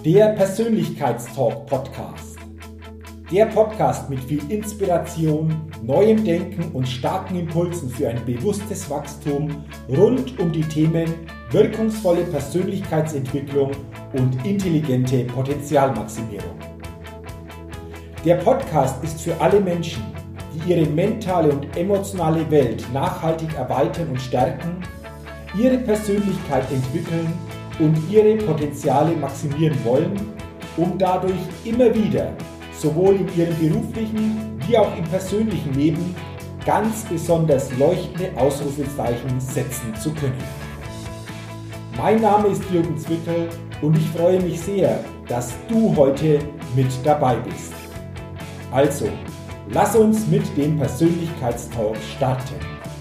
Der Persönlichkeitstalk-Podcast. Der Podcast mit viel Inspiration, neuem Denken und starken Impulsen für ein bewusstes Wachstum rund um die Themen wirkungsvolle Persönlichkeitsentwicklung und intelligente Potenzialmaximierung. Der Podcast ist für alle Menschen, die ihre mentale und emotionale Welt nachhaltig erweitern und stärken, ihre Persönlichkeit entwickeln und ihre Potenziale maximieren wollen, um dadurch immer wieder, sowohl in ihrem beruflichen wie auch im persönlichen Leben, ganz besonders leuchtende Ausrufezeichen setzen zu können. Mein Name ist Jürgen Zwickel und ich freue mich sehr, dass du heute mit dabei bist. Also, lass uns mit dem Persönlichkeitstalk starten.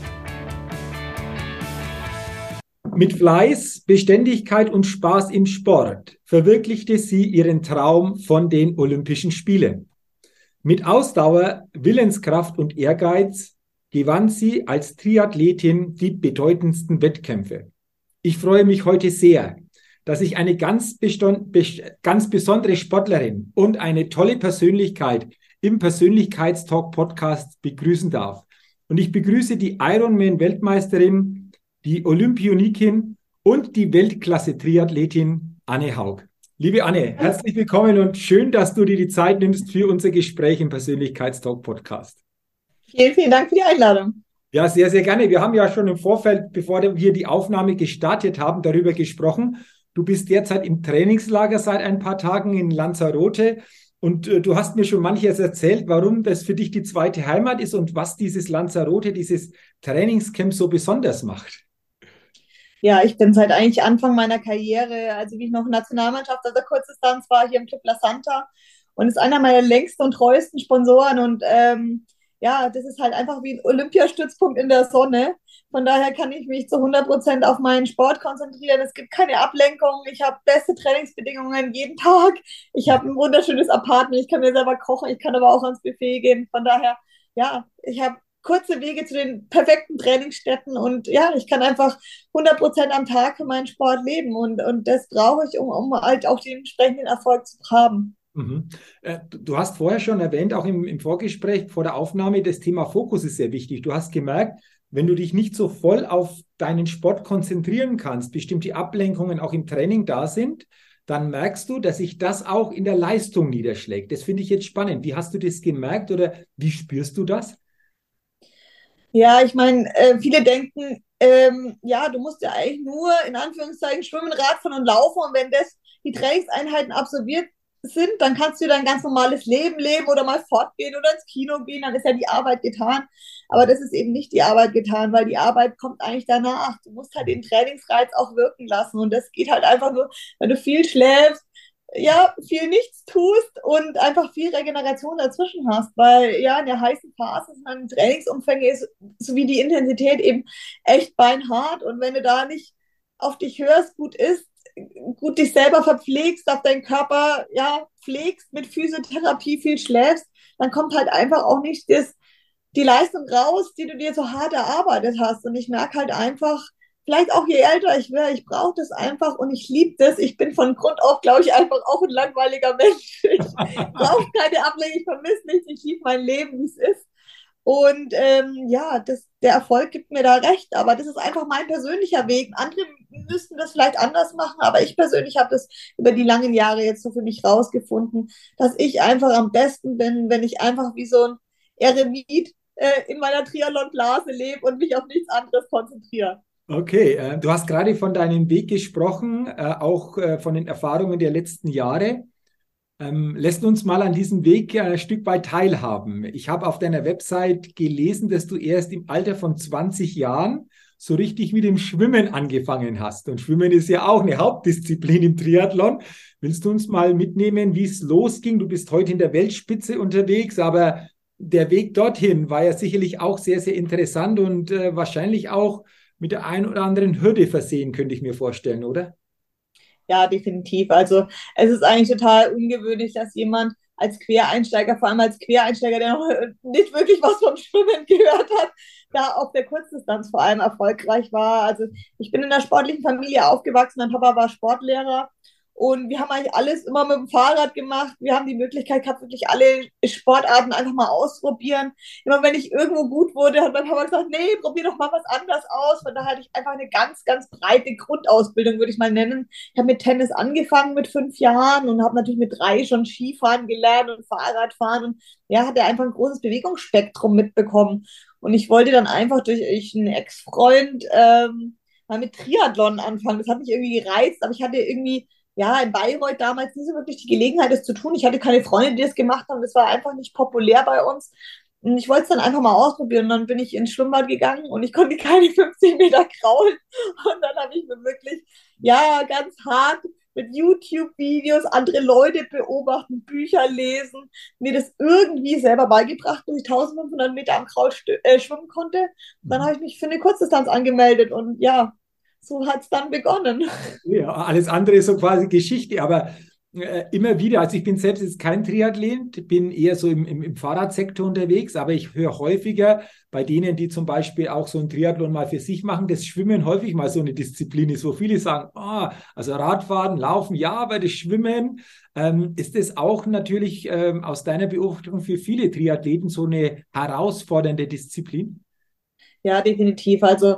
Mit Fleiß, Beständigkeit und Spaß im Sport verwirklichte sie ihren Traum von den Olympischen Spielen. Mit Ausdauer, Willenskraft und Ehrgeiz gewann sie als Triathletin die bedeutendsten Wettkämpfe. Ich freue mich heute sehr, dass ich eine ganz besondere Sportlerin und eine tolle Persönlichkeit im Persönlichkeitstalk-Podcast begrüßen darf. Und ich begrüße die Ironman-Weltmeisterin, die Olympionikin und die Weltklasse-Triathletin Anne Haug. Liebe Anne, herzlich willkommen und schön, dass du dir die Zeit nimmst für unser Gespräch im Persönlichkeitstalk-Podcast. Vielen, vielen Dank für die Einladung. Ja, sehr, sehr gerne. Wir haben ja schon im Vorfeld, bevor wir die Aufnahme gestartet haben, darüber gesprochen. Du bist derzeit im Trainingslager seit ein paar Tagen in Lanzarote und du hast mir schon manches erzählt, warum das für dich die zweite Heimat ist und was dieses Lanzarote, dieses Trainingscamp so besonders macht. Ja, ich bin seit eigentlich Anfang meiner Karriere, also wie ich noch Nationalmannschaft, also Kurzdistanz war, hier im Club La Santa und ist einer meiner längsten und treuesten Sponsoren und ja, das ist halt einfach wie ein Olympiastützpunkt in der Sonne. Von daher kann ich mich zu 100% auf meinen Sport konzentrieren. Es gibt keine Ablenkung. Ich habe beste Trainingsbedingungen jeden Tag. Ich habe ein wunderschönes Apartment. Ich kann mir selber kochen. Ich kann aber auch ans Buffet gehen. Von daher, ja, ich habe kurze Wege zu den perfekten Trainingsstätten und ja, ich kann einfach 100% am Tag für meinen Sport leben und das brauche ich, um halt auch den entsprechenden Erfolg zu haben. Mhm. Du hast vorher schon erwähnt, auch im Vorgespräch vor der Aufnahme, das Thema Fokus ist sehr wichtig. Du hast gemerkt, wenn du dich nicht so voll auf deinen Sport konzentrieren kannst, bestimmte Ablenkungen auch im Training da sind, dann merkst du, dass sich das auch in der Leistung niederschlägt. Das finde ich jetzt spannend. Wie hast du das gemerkt oder wie spürst du das? Ja, ich meine, viele denken, ja, du musst ja eigentlich nur in Anführungszeichen schwimmen, Radfahren und laufen und wenn das die Trainingseinheiten absolviert sind, dann kannst du dein ganz normales Leben leben oder mal fortgehen oder ins Kino gehen, dann ist ja die Arbeit getan. Aber das ist eben nicht die Arbeit getan, weil die Arbeit kommt eigentlich danach. Du musst halt den Trainingsreiz auch wirken lassen und das geht halt einfach nur, wenn du viel schläfst, ja, viel nichts tust und einfach viel Regeneration dazwischen hast, weil ja, in der heißen Phase sind dann Trainingsumfänge ist, sowie die Intensität eben echt beinhart und wenn du da nicht auf dich hörst, gut isst, gut dich selber verpflegst, auf deinen Körper, ja, pflegst, mit Physiotherapie viel schläfst, dann kommt halt einfach auch nicht die Leistung raus, die du dir so hart erarbeitet hast und ich merke halt einfach, vielleicht auch je älter ich werde, ich brauche das einfach und ich liebe das. Ich bin von Grund auf, glaube ich, einfach auch ein langweiliger Mensch. Ich brauche keine Ablenkung, ich vermisse nichts, ich liebe mein Leben, wie es ist. Und ja, der Erfolg gibt mir da recht, aber das ist einfach mein persönlicher Weg. Andere müssten das vielleicht anders machen, aber ich persönlich habe das über die langen Jahre jetzt so für mich rausgefunden, dass ich einfach am besten bin, wenn ich einfach wie so ein Eremit in meiner Triathlon-Blase lebe und mich auf nichts anderes konzentriere. Okay, du hast gerade von deinem Weg gesprochen, auch von den Erfahrungen der letzten Jahre. Lässt uns mal an diesem Weg ein Stück weit teilhaben. Ich habe auf deiner Website gelesen, dass du erst im Alter von 20 Jahren so richtig mit dem Schwimmen angefangen hast. Und Schwimmen ist ja auch eine Hauptdisziplin im Triathlon. Willst du uns mal mitnehmen, wie es losging? Du bist heute in der Weltspitze unterwegs, aber der Weg dorthin war ja sicherlich auch sehr, sehr interessant und wahrscheinlich auch mit der einen oder anderen Hürde versehen, könnte ich mir vorstellen, oder? Ja, definitiv. Also es ist eigentlich total ungewöhnlich, dass jemand als Quereinsteiger, vor allem als Quereinsteiger, der noch nicht wirklich was vom Schwimmen gehört hat, da auf der Kurzdistanz vor allem erfolgreich war. Also ich bin in einer sportlichen Familie aufgewachsen, mein Papa war Sportlehrer Und wir haben eigentlich alles immer mit dem Fahrrad gemacht. Wir haben die Möglichkeit gehabt, wirklich alle Sportarten einfach mal ausprobieren. Immer wenn ich irgendwo gut wurde, hat mein Papa gesagt, nee, probier doch mal was anderes aus. Von daher hatte ich einfach eine ganz, ganz breite Grundausbildung, würde ich mal nennen. Ich habe mit Tennis angefangen mit 5 Jahren und habe natürlich mit 3 schon Skifahren gelernt und Fahrradfahren und ja, hatte einfach ein großes Bewegungsspektrum mitbekommen. Und ich wollte dann einfach durch einen Ex-Freund mal mit Triathlon anfangen. Das hat mich irgendwie gereizt, aber ich hatte irgendwie ja, in Bayreuth damals nie so wirklich die Gelegenheit, das zu tun. Ich hatte keine Freunde, die das gemacht haben. Das war einfach nicht populär bei uns. Und ich wollte es dann einfach mal ausprobieren. Und dann bin ich ins Schwimmbad gegangen und ich konnte keine 50 Meter kraulen. Und dann habe ich mir wirklich, ja, ganz hart mit YouTube-Videos andere Leute beobachten, Bücher lesen, mir das irgendwie selber beigebracht, bis ich 1500 Meter am Kraul schwimmen konnte. Dann habe ich mich für eine Kurzdistanz angemeldet und ja, so hat es dann begonnen. Ja, alles andere ist so quasi Geschichte, aber immer wieder, also ich bin selbst jetzt kein Triathlet, bin eher so im Fahrradsektor unterwegs, aber ich höre häufiger bei denen, die zum Beispiel auch so ein Triathlon mal für sich machen, dass Schwimmen häufig mal so eine Disziplin ist, wo viele sagen, also Radfahren, Laufen, ja, aber das Schwimmen, ist das auch natürlich aus deiner Beobachtung für viele Triathleten so eine herausfordernde Disziplin? Ja, definitiv. Also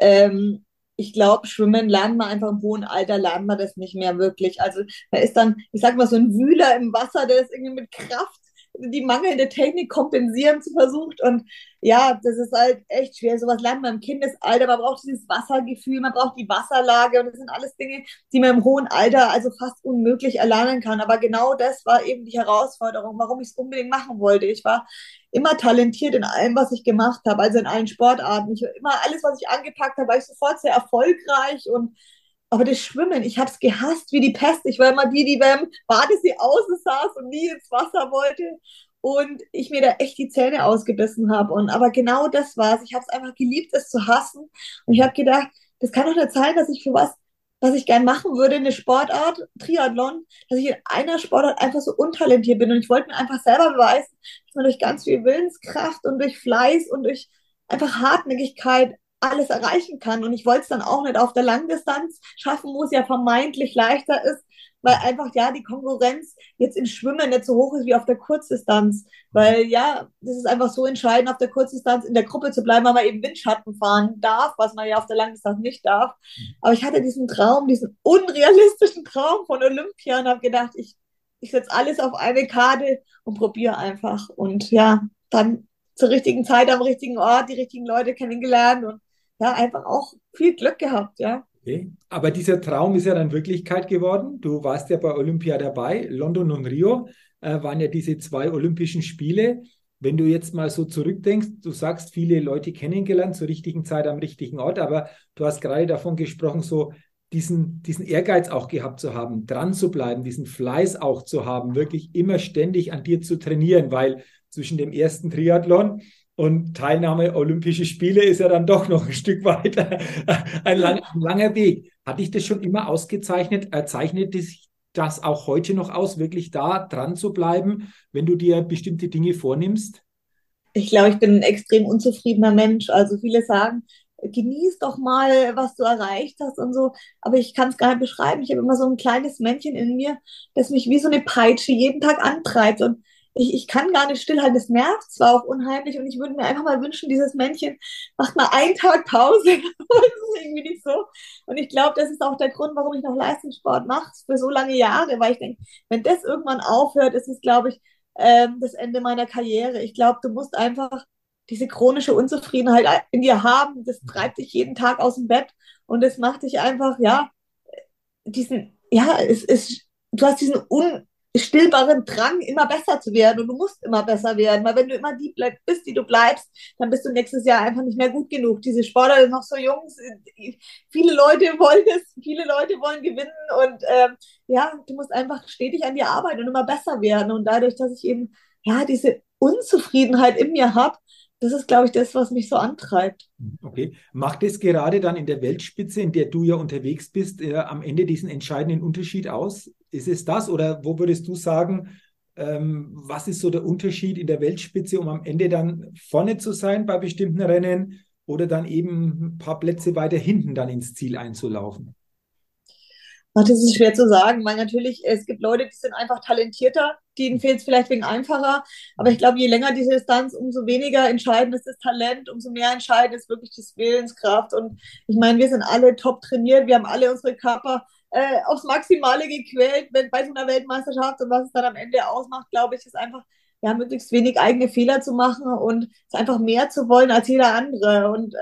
ich glaube, Schwimmen lernt man einfach im hohen Alter, lernt man das nicht mehr wirklich. Also da ist dann, ich sag mal, so ein Wühler im Wasser, der ist irgendwie mit Kraft die mangelnde Technik kompensieren zu versucht. Und ja, das ist halt echt schwer. Sowas lernt man im Kindesalter. Man braucht dieses Wassergefühl, man braucht die Wasserlage. Und das sind alles Dinge, die man im hohen Alter also fast unmöglich erlernen kann. Aber genau das war eben die Herausforderung, warum ich es unbedingt machen wollte. Ich war immer talentiert in allem, was ich gemacht habe, also in allen Sportarten. Ich immer alles, was ich angepackt habe, war ich sofort sehr erfolgreich und aber das Schwimmen, ich habe es gehasst wie die Pest. Ich war immer die, die beim Badesee außen saß und nie ins Wasser wollte. Und ich mir da echt die Zähne ausgebissen habe. Und aber genau das war es. Ich habe es einfach geliebt, es zu hassen. Und ich habe gedacht, das kann doch nicht sein, dass ich für was ich gern machen würde, eine Sportart, Triathlon, dass ich in einer Sportart einfach so untalentiert bin. Und ich wollte mir einfach selber beweisen, dass man durch ganz viel Willenskraft und durch Fleiß und durch einfach Hartnäckigkeit alles erreichen kann. Und ich wollte es dann auch nicht auf der Langdistanz schaffen, wo es ja vermeintlich leichter ist, weil einfach ja die Konkurrenz jetzt im Schwimmen nicht so hoch ist wie auf der Kurzdistanz. Weil ja, das ist einfach so entscheidend, auf der Kurzdistanz in der Gruppe zu bleiben, weil man eben Windschatten fahren darf, was man ja auf der Langdistanz nicht darf. Aber ich hatte diesen Traum, diesen unrealistischen Traum von Olympia und habe gedacht, ich setze alles auf eine Karte und probiere einfach. Und ja, dann zur richtigen Zeit am richtigen Ort die richtigen Leute kennengelernt und ja, einfach auch viel Glück gehabt, ja. Okay. Aber dieser Traum ist ja dann Wirklichkeit geworden. Du warst ja bei Olympia dabei. London und Rio waren ja diese 2 Olympischen Spiele. Wenn du jetzt mal so zurückdenkst, du sagst, viele Leute kennengelernt, zur richtigen Zeit am richtigen Ort, aber du hast gerade davon gesprochen, so diesen Ehrgeiz auch gehabt zu haben, dran zu bleiben, diesen Fleiß auch zu haben, wirklich immer ständig an dir zu trainieren, weil zwischen dem ersten Triathlon und Teilnahme Olympische Spiele ist ja dann doch noch ein Stück weiter ein langer Weg. Hat dich das schon immer ausgezeichnet? Zeichnet dich das auch heute noch aus, wirklich da dran zu bleiben, wenn du dir bestimmte Dinge vornimmst? Ich glaube, ich bin ein extrem unzufriedener Mensch. Also viele sagen, genieß doch mal, was du erreicht hast und so. Aber ich kann es gar nicht beschreiben. Ich habe immer so ein kleines Männchen in mir, das mich wie so eine Peitsche jeden Tag antreibt. Und ich kann gar nicht stillhalten. Das nervt zwar auch unheimlich. Und ich würde mir einfach mal wünschen, dieses Männchen macht mal einen Tag Pause. Das ist irgendwie nicht so. Und ich glaube, das ist auch der Grund, warum ich noch Leistungssport mache für so lange Jahre. Weil ich denke, wenn das irgendwann aufhört, ist es, glaube ich, das Ende meiner Karriere. Ich glaube, du musst einfach diese chronische Unzufriedenheit in dir haben. Das treibt dich jeden Tag aus dem Bett und das macht dich einfach, ja, du hast diesen unstillbaren Drang, immer besser zu werden und du musst immer besser werden, weil wenn du immer die bist, die du bleibst, dann bist du nächstes Jahr einfach nicht mehr gut genug. Diese Sportler sind noch so jung, viele Leute wollen es, viele Leute wollen gewinnen und ja, du musst einfach stetig an dir arbeiten und immer besser werden und dadurch, dass ich eben ja diese Unzufriedenheit in mir habe, das ist, glaube ich, das, was mich so antreibt. Okay. Macht es gerade dann in der Weltspitze, in der du ja unterwegs bist, am Ende diesen entscheidenden Unterschied aus? Ist es das oder wo würdest du sagen, was ist so der Unterschied in der Weltspitze, um am Ende dann vorne zu sein bei bestimmten Rennen oder dann eben ein paar Plätze weiter hinten dann ins Ziel einzulaufen? Ach, das ist schwer zu sagen, weil natürlich, es gibt Leute, die sind einfach talentierter, denen fehlt es vielleicht wegen einfacher. Aber ich glaube, je länger diese Distanz, umso weniger entscheidend ist das Talent, umso mehr entscheidend ist wirklich die Willenskraft. Und ich meine, wir sind alle top trainiert, wir haben alle unsere Körper aufs Maximale gequält, wenn bei so einer Weltmeisterschaft und was es dann am Ende ausmacht, glaube ich, ist einfach, ja, möglichst wenig eigene Fehler zu machen und es einfach mehr zu wollen als jeder andere. Und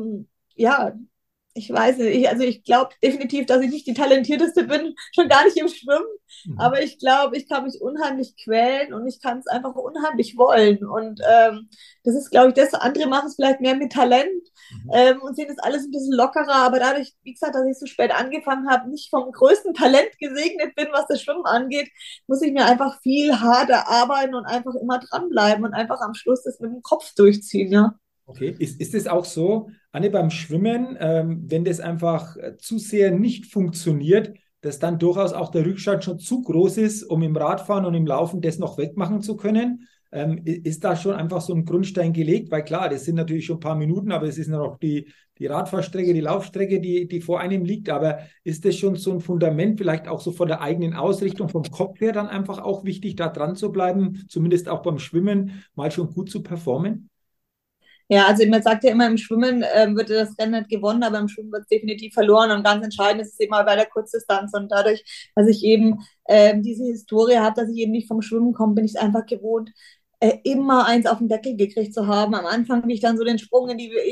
ja, ich weiß nicht, also ich glaube definitiv, dass ich nicht die Talentierteste bin, schon gar nicht im Schwimmen, Mhm. aber ich glaube, ich kann mich unheimlich quälen und ich kann es einfach unheimlich wollen und das ist, glaube ich, das, andere machen es vielleicht mehr mit Talent Mhm. und sehen das alles ein bisschen lockerer, aber dadurch, wie gesagt, dass ich so spät angefangen habe, nicht vom größten Talent gesegnet bin, was das Schwimmen angeht, muss ich mir einfach viel harter arbeiten und einfach immer dranbleiben und einfach am Schluss das mit dem Kopf durchziehen, ja. Okay, ist es auch so, Anne, beim Schwimmen, wenn das einfach zu sehr nicht funktioniert, dass dann durchaus auch der Rückstand schon zu groß ist, um im Radfahren und im Laufen das noch wegmachen zu können? Ist da schon einfach so ein Grundstein gelegt? Weil klar, das sind natürlich schon ein paar Minuten, aber es ist noch die Radfahrstrecke, die Laufstrecke, die vor einem liegt. Aber ist das schon so ein Fundament, vielleicht auch so von der eigenen Ausrichtung, vom Kopf her dann einfach auch wichtig, da dran zu bleiben, zumindest auch beim Schwimmen mal schon gut zu performen? Ja, also man sagt ja immer, im Schwimmen wird das Rennen nicht gewonnen, aber im Schwimmen wird es definitiv verloren. Und ganz entscheidend ist es immer bei der Kurzdistanz. Und dadurch, dass ich eben diese Historie habe, dass ich eben nicht vom Schwimmen komme, bin ich es einfach gewohnt, immer eins auf den Deckel gekriegt zu haben. Am Anfang, wie ich dann so den Sprung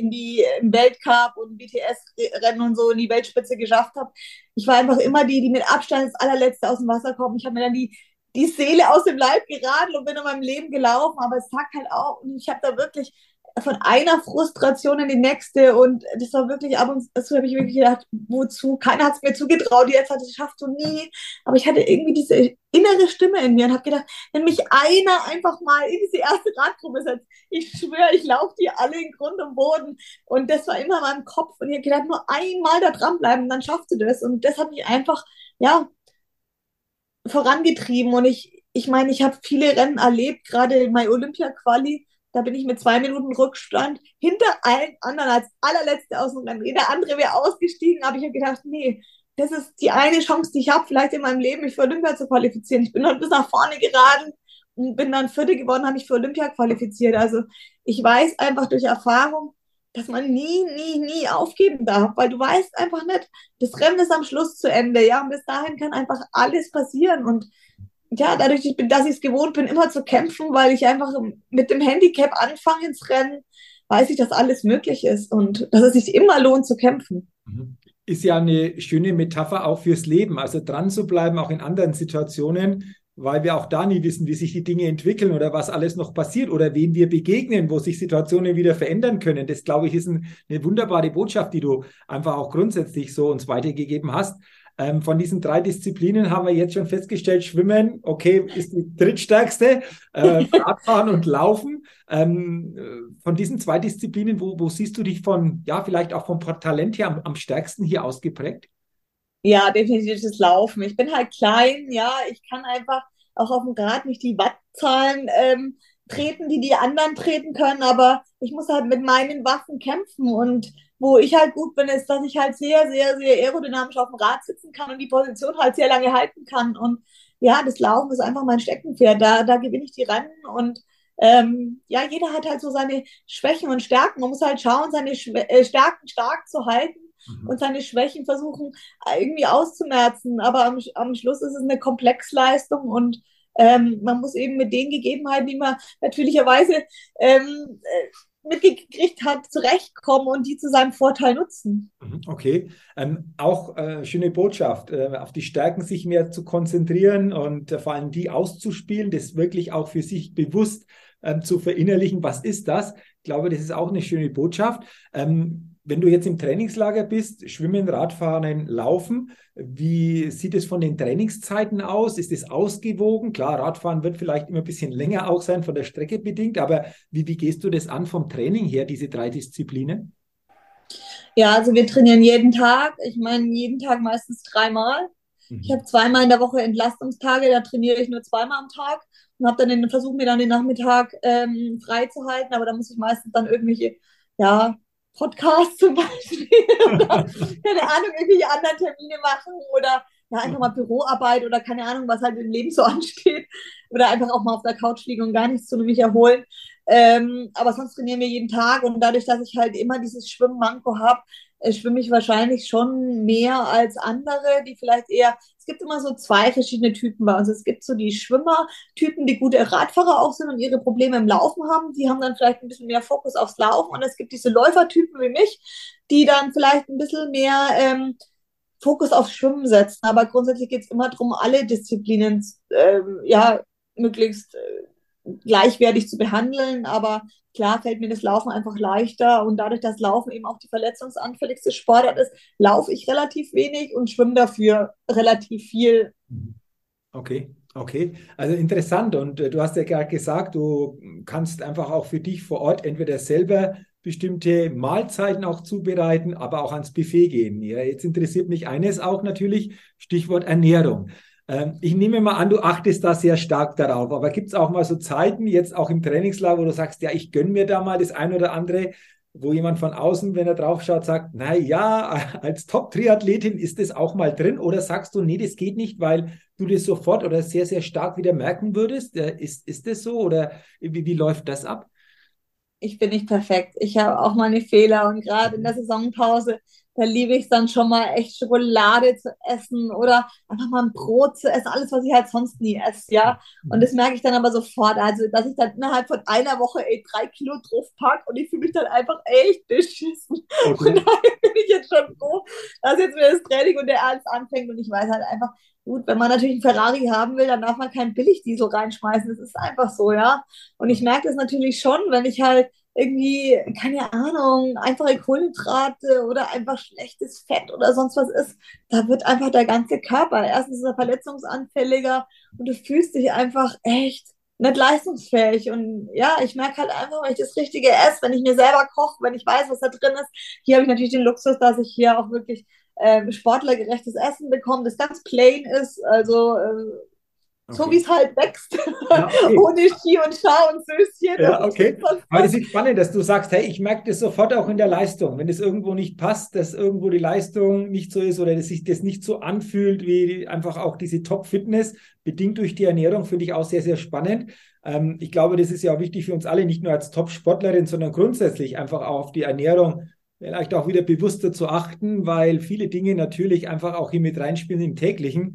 im Weltcup und BTS-Rennen und so in die Weltspitze geschafft habe. Ich war einfach immer die mit Abstand das allerletzte aus dem Wasser kommt. Ich habe mir dann die Seele aus dem Leib geradelt und bin in meinem Leben gelaufen. Aber es sagt halt auch, und ich habe da wirklich von einer Frustration in die nächste und das war wirklich ab und zu habe ich wirklich gedacht, wozu? Keiner hat es mir zugetraut, jetzt hat es schafft du nie. Aber ich hatte irgendwie diese innere Stimme in mir und habe gedacht, wenn mich einer einfach mal in diese erste Radgruppe setzt, ich schwöre, ich laufe die alle in Grund und Boden. Und das war immer in meinem Kopf und ich habe gedacht, nur einmal da dranbleiben, dann schaffst du das. Und das hat mich einfach, ja, vorangetrieben. Und ich meine, ich habe viele Rennen erlebt, gerade in meiner Olympia-Quali. Da bin ich mit 2 Minuten Rückstand hinter allen anderen als allerletzte aus dem Rennen. Jeder andere wäre ausgestiegen, aber ich habe gedacht, nee, das ist die eine Chance, die ich habe, vielleicht in meinem Leben, mich für Olympia zu qualifizieren. Ich bin dann bis nach vorne geraten und bin dann Vierte geworden, habe mich für Olympia qualifiziert. Also ich weiß einfach durch Erfahrung, dass man nie, nie, nie aufgeben darf, weil du weißt einfach nicht, das Rennen ist am Schluss zu Ende, ja, und bis dahin kann einfach alles passieren und ja, dadurch, dass ich es gewohnt bin, immer zu kämpfen, weil ich einfach mit dem Handicap anfange ins Rennen, weiß ich, dass alles möglich ist und dass es sich immer lohnt zu kämpfen. Mhm. Ist ja eine schöne Metapher auch fürs Leben, also dran zu bleiben, auch in anderen Situationen, weil wir auch da nie wissen, wie sich die Dinge entwickeln oder was alles noch passiert oder wem wir begegnen, wo sich Situationen wieder verändern können. Das, glaube ich, ist eine wunderbare Botschaft, die du einfach auch grundsätzlich so uns weitergegeben hast. Von diesen drei Disziplinen haben wir jetzt schon festgestellt, Schwimmen, okay, ist die drittstärkste, Radfahren und Laufen. Von diesen zwei Disziplinen, wo siehst du dich von, ja, vielleicht auch vom Talent her am stärksten hier ausgeprägt? Ja, definitiv das Laufen. Ich bin halt klein, ja, ich kann einfach auch auf dem Rad nicht die Wattzahlen treten, die die anderen treten können, aber ich muss halt mit meinen Waffen kämpfen und wo ich halt gut bin, ist, dass ich halt sehr, sehr, sehr aerodynamisch auf dem Rad sitzen kann und die Position halt sehr lange halten kann und ja, das Laufen ist einfach mein Steckenpferd, da gewinne ich die Rennen und ja, jeder hat halt so seine Schwächen und Stärken. Man muss halt schauen, seine Stärken stark zu halten Mhm. und seine Schwächen versuchen irgendwie auszumerzen. Aber am Schluss ist es eine Komplexleistung und man muss eben mit den Gegebenheiten, die man natürlicherweise mitgekriegt hat, zurechtkommen und die zu seinem Vorteil nutzen. Mhm. Okay, auch schöne Botschaft, auf die Stärken sich mehr zu konzentrieren und vor allem die auszuspielen, das wirklich auch für sich bewusst zu verinnerlichen. Was ist das? Ich glaube, das ist auch eine schöne Botschaft. Wenn du jetzt im Trainingslager bist, Schwimmen, Radfahren, Laufen, wie sieht es von den Trainingszeiten aus? Ist es ausgewogen? Klar, Radfahren wird vielleicht immer ein bisschen länger auch sein, von der Strecke bedingt, aber wie gehst du das an vom Training her, diese drei Disziplinen? Ja, also wir trainieren jeden Tag. Ich meine, jeden Tag meistens dreimal. Ich Mhm. habe zweimal in der Woche Entlastungstage, da trainiere ich nur zweimal am Tag und habe dann versuche mir dann den Nachmittag frei zu halten, aber da muss ich meistens dann irgendwelche, ja, Podcasts zum Beispiel oder keine Ahnung, irgendwelche anderen Termine machen oder ja, einfach mal Büroarbeit oder keine Ahnung, was halt im Leben so ansteht. Oder einfach auch mal auf der Couch liegen und gar nichts tun und mich erholen. Aber sonst trainieren wir jeden Tag und dadurch, dass ich halt immer dieses Schwimmmanko habe, schwimme ich wahrscheinlich schon mehr als andere, die vielleicht eher, es gibt immer so zwei verschiedene Typen bei uns. Es gibt so die Schwimmertypen, die gute Radfahrer auch sind und ihre Probleme im Laufen haben. Die haben dann vielleicht ein bisschen mehr Fokus aufs Laufen. Und es gibt diese Läufertypen wie mich, die dann vielleicht ein bisschen mehr Fokus aufs Schwimmen setzen. Aber grundsätzlich geht es immer darum, alle Disziplinen ja, möglichst gleichwertig zu behandeln. Aber klar fällt mir das Laufen einfach leichter. Und dadurch, dass Laufen eben auch die verletzungsanfälligste Sportart ist, laufe ich relativ wenig und schwimme dafür relativ viel. Okay, okay. Also interessant. Und du hast ja gerade gesagt, du kannst einfach auch für dich vor Ort entweder selber bestimmte Mahlzeiten auch zubereiten, aber auch ans Buffet gehen. Ja, jetzt interessiert mich eines auch natürlich, Stichwort Ernährung. Ich nehme mal an, du achtest da sehr stark darauf, aber gibt es auch mal so Zeiten, jetzt auch im Trainingslager, wo du sagst, ja, ich gönne mir da mal das ein oder andere, wo jemand von außen, wenn er drauf schaut, sagt, na ja, als Top-Triathletin ist das auch mal drin, oder sagst du, nee, das geht nicht, weil du das sofort oder sehr, sehr stark wieder merken würdest? Ist das so oder wie läuft das ab? Ich bin nicht perfekt. Ich habe auch meine Fehler und gerade in der Mhm. Saisonpause, da liebe ich es dann schon mal echt Schokolade zu essen oder einfach mal ein Brot zu essen, alles, was ich halt sonst nie esse, ja. Und das Mhm. merke ich dann aber sofort, also dass ich dann innerhalb von einer Woche 3 Kilo drauf packe und ich fühle mich dann einfach echt beschissen. Und Okay. daher bin ich jetzt schon froh, dass jetzt wieder das Training und der Ernst anfängt und ich weiß halt einfach, gut, wenn man natürlich einen Ferrari haben will, dann darf man keinen Billigdiesel reinschmeißen. Das ist einfach so, ja. Und ich merke das natürlich schon, wenn ich halt irgendwie, keine Ahnung, einfache Kohlenhydrate oder einfach schlechtes Fett oder sonst was ist, da wird einfach der ganze Körper, erstens ist er verletzungsanfälliger und du fühlst dich einfach echt nicht leistungsfähig. Und ja, ich merke halt einfach, wenn ich das Richtige esse, wenn ich mir selber koche, wenn ich weiß, was da drin ist. Hier habe ich natürlich den Luxus, dass ich hier auch wirklich sportlergerechtes Essen bekomme, das ganz plain ist, also so wie Okay. es halt wächst, Ja, okay. ohne Ski und Schau und Söschen Ja, und okay. sonst Aber was. das ist spannend, dass du sagst, hey, ich merke das sofort auch in der Leistung. Wenn es irgendwo nicht passt, dass irgendwo die Leistung nicht so ist oder dass sich das nicht so anfühlt wie einfach auch diese Top-Fitness, bedingt durch die Ernährung, finde ich auch sehr, sehr spannend. Ich glaube, das ist ja auch wichtig für uns alle, nicht nur als Top-Sportlerin, sondern grundsätzlich einfach auch auf die Ernährung vielleicht auch wieder bewusster zu achten, weil viele Dinge natürlich einfach auch hier mit reinspielen im täglichen,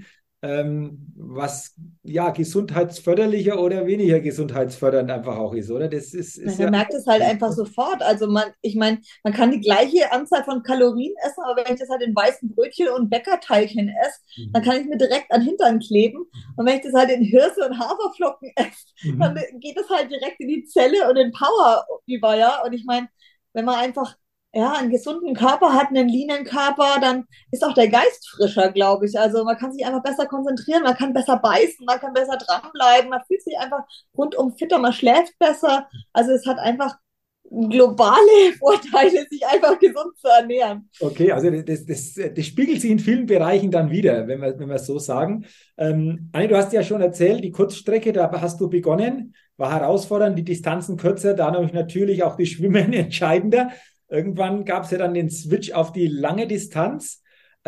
was ja gesundheitsförderlicher oder weniger gesundheitsfördernd einfach auch ist, oder? Das ist Man ja. merkt es halt einfach sofort. Also ich meine, man kann die gleiche Anzahl von Kalorien essen, aber wenn ich das halt in weißen Brötchen und Bäckerteigchen esse, dann Mhm. kann ich mir direkt an den Hintern kleben. Und wenn ich das halt in Hirse und Haferflocken esse, dann Mhm. geht das halt direkt in die Zelle und in Power über, ja. Und ich meine, wenn man einfach ja, einen gesunden Körper hat, einen leanen Körper, dann ist auch der Geist frischer, glaube ich. Also man kann sich einfach besser konzentrieren, man kann besser beißen, man kann besser dranbleiben, man fühlt sich einfach rundum fitter, man schläft besser. Also es hat einfach globale Vorteile, sich einfach gesund zu ernähren. Okay, also das spiegelt sich in vielen Bereichen dann wieder, wenn wir es so sagen. Anni, du hast ja schon erzählt, die Kurzstrecke, da hast du begonnen, war herausfordernd, die Distanzen kürzer, dadurch natürlich auch das Schwimmen entscheidender. Irgendwann gab es ja dann den Switch auf die lange Distanz.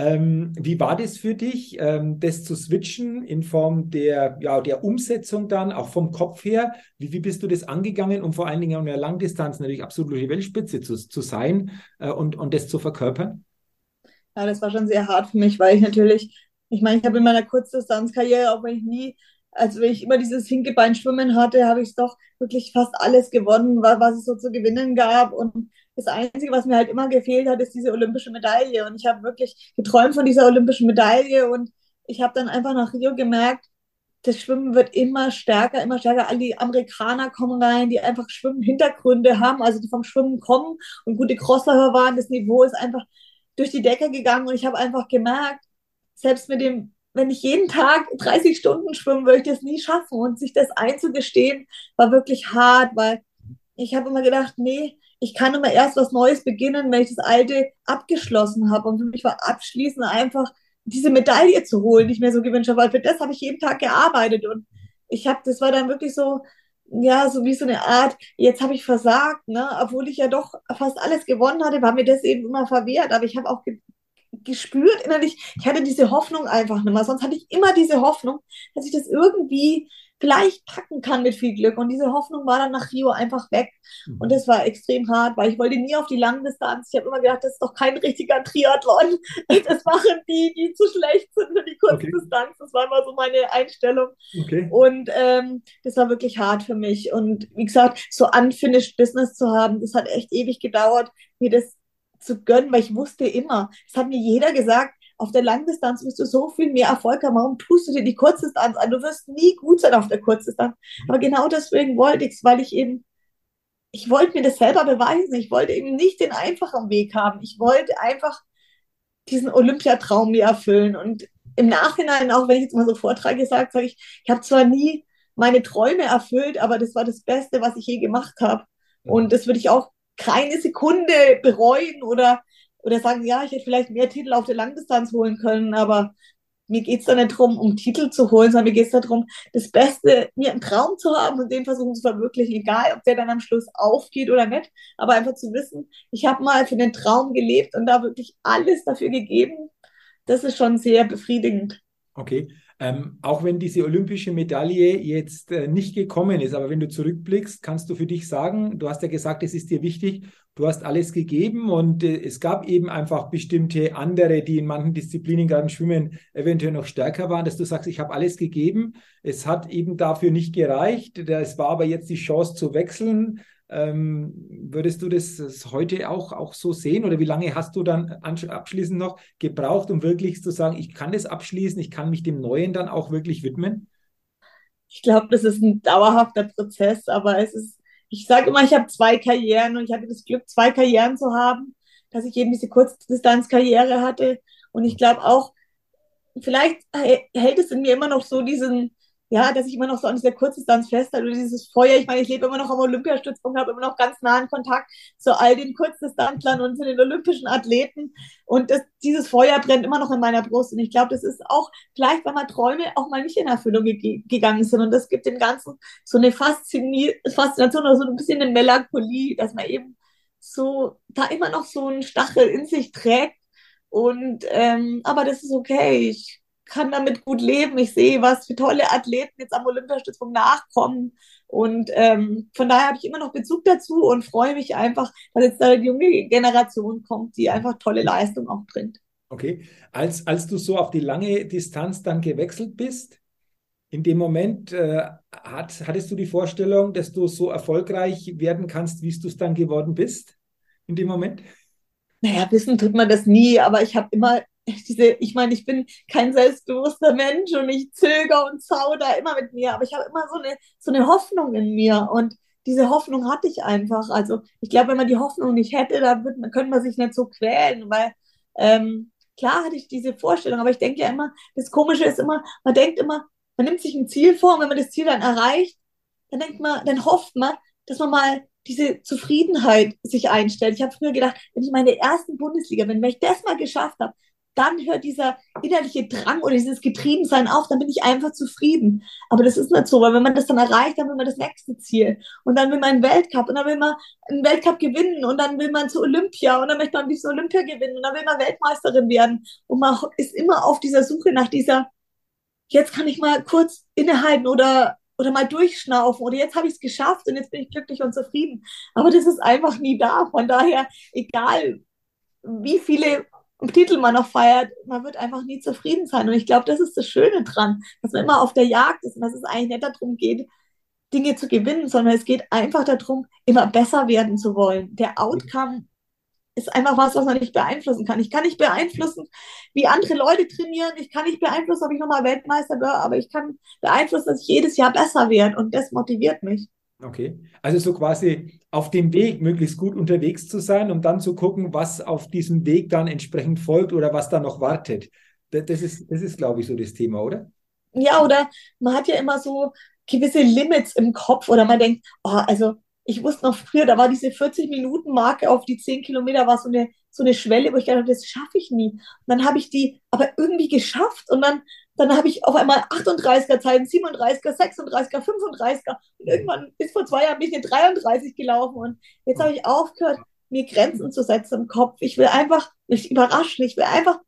Wie war das für dich, das zu switchen in Form der Umsetzung dann, auch vom Kopf her? Wie bist du das angegangen, um vor allen Dingen an der Langdistanz natürlich absolute Weltspitze zu sein und das zu verkörpern? Ja, das war schon sehr hart für mich, weil ich natürlich, ich meine, ich habe in meiner Kurzdistanzkarriere, auch wenn ich nie, also wenn ich immer dieses Hinkebein-Schwimmen hatte, habe ich doch wirklich fast alles gewonnen, was es so zu gewinnen gab. Und das Einzige, was mir halt immer gefehlt hat, ist diese olympische Medaille. Und ich habe wirklich geträumt von dieser olympischen Medaille. Und ich habe dann einfach nach Rio gemerkt, das Schwimmen wird immer stärker, immer stärker. All die Amerikaner kommen rein, die einfach Schwimmen-Hintergründe haben, also die vom Schwimmen kommen und gute Crossläufer waren. Das Niveau ist einfach durch die Decke gegangen und ich habe einfach gemerkt, selbst mit dem, wenn ich jeden Tag 30 Stunden schwimmen würde, ich das nie schaffen. Und sich das einzugestehen, war wirklich hart, weil ich habe immer gedacht, nee, ich kann immer erst was Neues beginnen, wenn ich das Alte abgeschlossen habe. Und für mich war abschließend einfach diese Medaille zu holen, die ich mir so gewünscht habe, weil für das habe ich jeden Tag gearbeitet. Und das war dann wirklich so, ja, so wie so eine Art, jetzt habe ich versagt, ne? Obwohl ich ja doch fast alles gewonnen hatte, war mir das eben immer verwehrt. Aber ich habe auch gespürt innerlich, ich hatte diese Hoffnung einfach nicht mehr. Sonst hatte ich immer diese Hoffnung, dass ich das irgendwie vielleicht packen kann mit viel Glück. Und diese Hoffnung war dann nach Rio einfach weg. Und Mhm. das war extrem hart, weil ich wollte nie auf die Langdistanz. Ich habe immer gedacht, das ist doch kein richtiger Triathlon. Das machen die, die zu schlecht sind für die Okay, Kurzdistanz. Das war immer so meine Einstellung. okay. Und das war wirklich hart für mich. Und wie gesagt, so unfinished Business zu haben, das hat echt ewig gedauert, mir das zu gönnen, weil ich wusste immer, es hat mir jeder gesagt, auf der Langdistanz wirst du so viel mehr Erfolg haben. Warum tust du dir die Kurzdistanz an? Du wirst nie gut sein auf der Kurzdistanz. Aber genau deswegen wollte ich es, weil ich eben, ich wollte mir das selber beweisen. Ich wollte eben nicht den einfachen Weg haben. Ich wollte einfach diesen Olympiatraum mir erfüllen. Und im Nachhinein, auch wenn ich jetzt mal so Vorträge sage, sage ich habe zwar nie meine Träume erfüllt, aber das war das Beste, was ich je gemacht habe. Mhm. Und das würde ich auch keine Sekunde bereuen oder sagen, ja, ich hätte vielleicht mehr Titel auf der Langdistanz holen können, aber mir geht es da nicht darum, um Titel zu holen, sondern mir geht es darum, das Beste, mir einen Traum zu haben und den versuchen zu verwirklichen, egal ob der dann am Schluss aufgeht oder nicht, aber einfach zu wissen, ich habe mal für den Traum gelebt und da wirklich alles dafür gegeben, das ist schon sehr befriedigend. Okay. Auch wenn diese olympische Medaille jetzt nicht gekommen ist, aber wenn du zurückblickst, kannst du für dich sagen, du hast ja gesagt, es ist dir wichtig, du hast alles gegeben und es gab eben einfach bestimmte andere, die in manchen Disziplinen, gerade im Schwimmen, eventuell noch stärker waren, dass du sagst, ich habe alles gegeben, es hat eben dafür nicht gereicht, es war aber jetzt die Chance zu wechseln. Würdest du das heute auch so sehen oder wie lange hast du dann abschließend noch gebraucht, um wirklich zu sagen, ich kann das abschließen, ich kann mich dem Neuen dann auch wirklich widmen? Ich glaube, das ist ein dauerhafter Prozess, aber es ist, ich sage immer, ich habe zwei Karrieren und ich hatte das Glück, zwei Karrieren zu haben, dass ich eben diese Kurzdistanzkarriere hatte. Und ich glaube auch, vielleicht hält es in mir immer noch so diesen, ja, dass ich immer noch so an dieser Kurzdistanz festhalte oder dieses Feuer. Ich meine, ich lebe immer noch am Olympiastützpunkt, habe immer noch ganz nahen Kontakt zu all den Kurzdistanzlern und zu den olympischen Athleten. Und dieses Feuer brennt immer noch in meiner Brust. Und ich glaube, das ist auch vielleicht, weil mal Träume auch mal nicht in Erfüllung gegangen sind. Und das gibt dem Ganzen so eine Faszination oder so ein bisschen eine Melancholie, dass man eben so da immer noch so einen Stachel in sich trägt und aber das ist okay. Ich kann damit gut leben. Ich sehe, was für tolle Athleten jetzt am Olympiastützpunkt nachkommen. Und von daher habe ich immer noch Bezug dazu und freue mich einfach, dass jetzt da die junge Generation kommt, die einfach tolle Leistung auch bringt. Okay. Als du so auf die lange Distanz dann gewechselt bist, in dem Moment hattest du die Vorstellung, dass du so erfolgreich werden kannst, wie du es dann geworden bist? In dem Moment? Naja, wissen tut man das nie, aber ich habe immer ich meine, ich bin kein selbstbewusster Mensch und ich zögere und zauder immer mit mir, aber ich habe immer so eine Hoffnung in mir und diese Hoffnung hatte ich einfach. Also ich glaube, wenn man die Hoffnung nicht hätte, dann könnte man sich nicht so quälen, weil klar hatte ich diese Vorstellung, aber ich denke ja immer, das Komische ist immer, man denkt immer, man nimmt sich ein Ziel vor und wenn man das Ziel dann erreicht, dann denkt man, dann hofft man, dass man mal diese Zufriedenheit sich einstellt. Ich habe früher gedacht, wenn ich meine ersten Bundesliga bin, wenn ich das mal geschafft habe, dann hört dieser innerliche Drang oder dieses Getriebensein auf, dann bin ich einfach zufrieden. Aber das ist nicht so, weil wenn man das dann erreicht, dann will man das nächste Ziel. Und dann will man einen Weltcup und dann will man einen Weltcup gewinnen und dann will man zu Olympia und dann möchte man ein bisschen Olympia gewinnen und dann will man Weltmeisterin werden. Und man ist immer auf dieser Suche nach dieser jetzt kann ich mal kurz innehalten oder mal durchschnaufen oder jetzt habe ich es geschafft und jetzt bin ich glücklich und zufrieden. Aber das ist einfach nie da. Von daher, egal wie viele Titel man noch feiert, man wird einfach nie zufrieden sein. Und ich glaube, das ist das Schöne dran, dass man immer auf der Jagd ist und dass es eigentlich nicht darum geht, Dinge zu gewinnen, sondern es geht einfach darum, immer besser werden zu wollen. Der Outcome ist einfach was man nicht beeinflussen kann. Ich kann nicht beeinflussen, wie andere Leute trainieren. Ich kann nicht beeinflussen, ob ich nochmal Weltmeister werde, aber ich kann beeinflussen, dass ich jedes Jahr besser werde und das motiviert mich. Okay. Also so quasi auf dem Weg möglichst gut unterwegs zu sein, um dann zu gucken, was auf diesem Weg dann entsprechend folgt oder was da noch wartet. Das ist, glaube ich, so das Thema, oder? Ja, oder man hat ja immer so gewisse Limits im Kopf oder man denkt, oh, also ich wusste noch früher, da war diese 40-Minuten-Marke auf die 10 Kilometer, war so eine Schwelle, wo ich gedacht habe, das schaffe ich nie. Und dann habe ich die aber irgendwie geschafft und dann habe ich auf einmal 38er Zeiten, 37er, 36er, 35er und irgendwann bis vor 2 Jahren bin ich eine 33 gelaufen und jetzt habe ich aufgehört, mir Grenzen zu setzen im Kopf. Ich will einfach mich überraschen, ich will einfach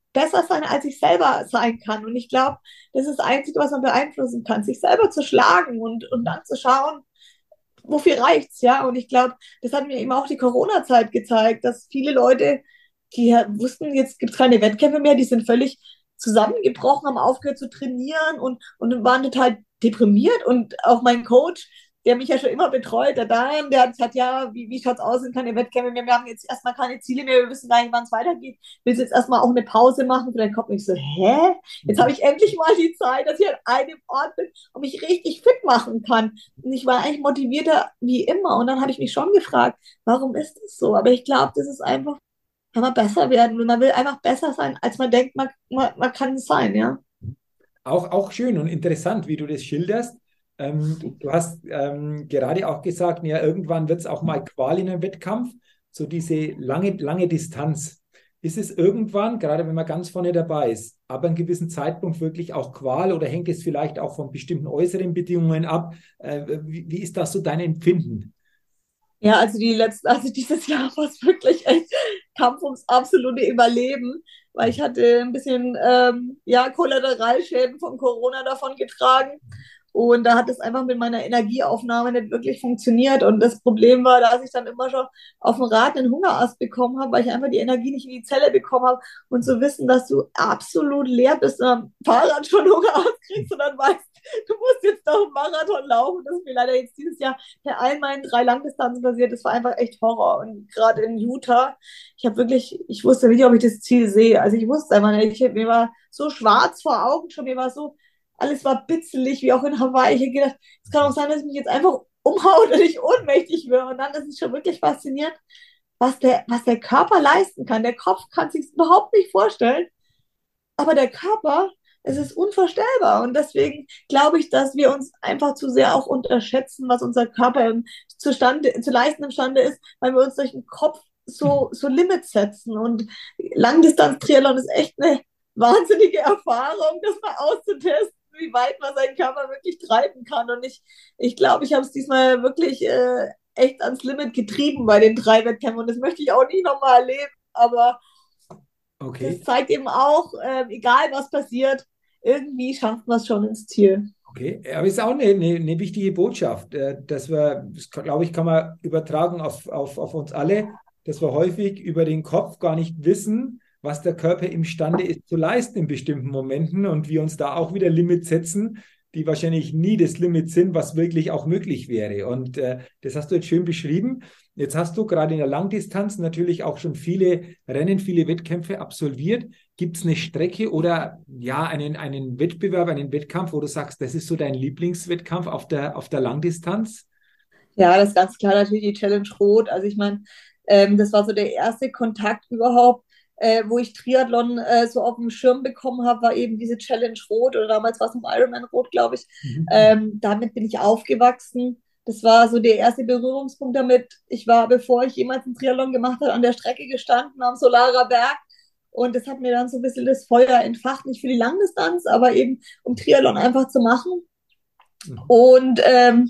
besser sein, als ich selber sein kann. Und ich glaube, das ist das Einzige, was man beeinflussen kann, sich selber zu schlagen und dann zu schauen, wofür reicht's, ja? Und ich glaube, das hat mir eben auch die Corona-Zeit gezeigt, dass viele Leute, die ja wussten, jetzt gibt's keine Wettkämpfe mehr, die sind völlig zusammengebrochen, haben aufgehört zu trainieren und waren total deprimiert. Und auch mein Coach, der mich ja schon immer betreut, der Dan, der hat gesagt, ja, wie schaut's aus, sind keine Wettkämpfe mehr, wir haben jetzt erstmal keine Ziele mehr, wir wissen gar nicht, wann es weitergeht. Willst du jetzt erstmal auch eine Pause machen? Vielleicht kommt mich so, hä? Jetzt habe ich endlich mal die Zeit, dass ich an einem Ort bin und mich richtig fit machen kann. Und ich war eigentlich motivierter wie immer. Und dann habe ich mich schon gefragt, warum ist das so? Aber ich glaube, das ist einfach, kann man besser werden. Und man will einfach besser sein, als man denkt, man kann es sein, ja. Auch schön und interessant, wie du das schilderst. Du hast gerade auch gesagt, ja, irgendwann wird es auch mal Qual in einem Wettkampf, so diese lange Distanz. Ist es irgendwann, gerade wenn man ganz vorne dabei ist, aber einen gewissen Zeitpunkt wirklich auch Qual oder hängt es vielleicht auch von bestimmten äußeren Bedingungen ab? Wie ist das so dein Empfinden? Ja, also dieses Jahr war es wirklich echt Kampf ums absolute Überleben, weil ich hatte ein bisschen ja, Kollateralschäden von Corona davon getragen. Und da hat es einfach mit meiner Energieaufnahme nicht wirklich funktioniert. Und das Problem war, dass ich dann immer schon auf dem Rad einen Hungerast bekommen habe, weil ich einfach die Energie nicht in die Zelle bekommen habe. Und zu wissen, dass du absolut leer bist und am Fahrrad schon Hungerast kriegst und dann weißt, du musst jetzt noch einen Marathon laufen. Das ist mir leider jetzt dieses Jahr bei allen meinen 3 Langdistanzen passiert. Das war einfach echt Horror. Und gerade in Utah, ich wusste nicht, ob ich das Ziel sehe. Also ich wusste einfach nicht, mir war so schwarz vor Augen schon, mir war so, alles war bitzelig, wie auch in Hawaii. Ich habe gedacht, es kann auch sein, dass ich mich jetzt einfach umhaut und ich ohnmächtig wäre. Und dann ist es schon wirklich faszinierend, was der Körper leisten kann. Der Kopf kann sich überhaupt nicht vorstellen, aber der Körper, es ist unvorstellbar. Und deswegen glaube ich, dass wir uns einfach zu sehr auch unterschätzen, was unser Körper zu leisten imstande ist, weil wir uns durch den Kopf so Limits setzen. Und Langdistanz-Triathlon ist echt eine wahnsinnige Erfahrung, das mal auszutesten, wie weit man seinen Körper wirklich treiben kann. Und ich glaube, ich habe es diesmal wirklich echt ans Limit getrieben bei den 3 Wettkämpfen. Und das möchte ich auch nicht nochmal erleben. Aber das Okay. zeigt eben auch, egal was passiert, irgendwie schafft man es schon ins Ziel. Okay, aber es ist auch eine wichtige Botschaft, dass wir, das glaube ich, kann man übertragen auf uns alle, dass wir häufig über den Kopf gar nicht wissen, was der Körper imstande ist zu leisten in bestimmten Momenten und wir uns da auch wieder Limits setzen, die wahrscheinlich nie das Limit sind, was wirklich auch möglich wäre. Und das hast du jetzt schön beschrieben. Jetzt hast du gerade in der Langdistanz natürlich auch schon viele Rennen, viele Wettkämpfe absolviert. Gibt es eine Strecke oder ja, einen Wettbewerb, einen Wettkampf, wo du sagst, das ist so dein Lieblingswettkampf auf der Langdistanz? Ja, das ist ganz klar natürlich die Challenge Rot. Also ich meine, das war so der erste Kontakt überhaupt, wo ich Triathlon so auf dem Schirm bekommen habe, war eben diese Challenge Rot oder damals war es noch Ironman Rot, glaube ich. Mhm. Damit bin ich aufgewachsen. Das war so der erste Berührungspunkt damit. Ich war, bevor ich jemals einen Triathlon gemacht habe, an der Strecke gestanden am Solarer Berg. Und das hat mir dann so ein bisschen das Feuer entfacht, nicht für die Langdistanz, aber eben um Triathlon einfach zu machen. Mhm. Und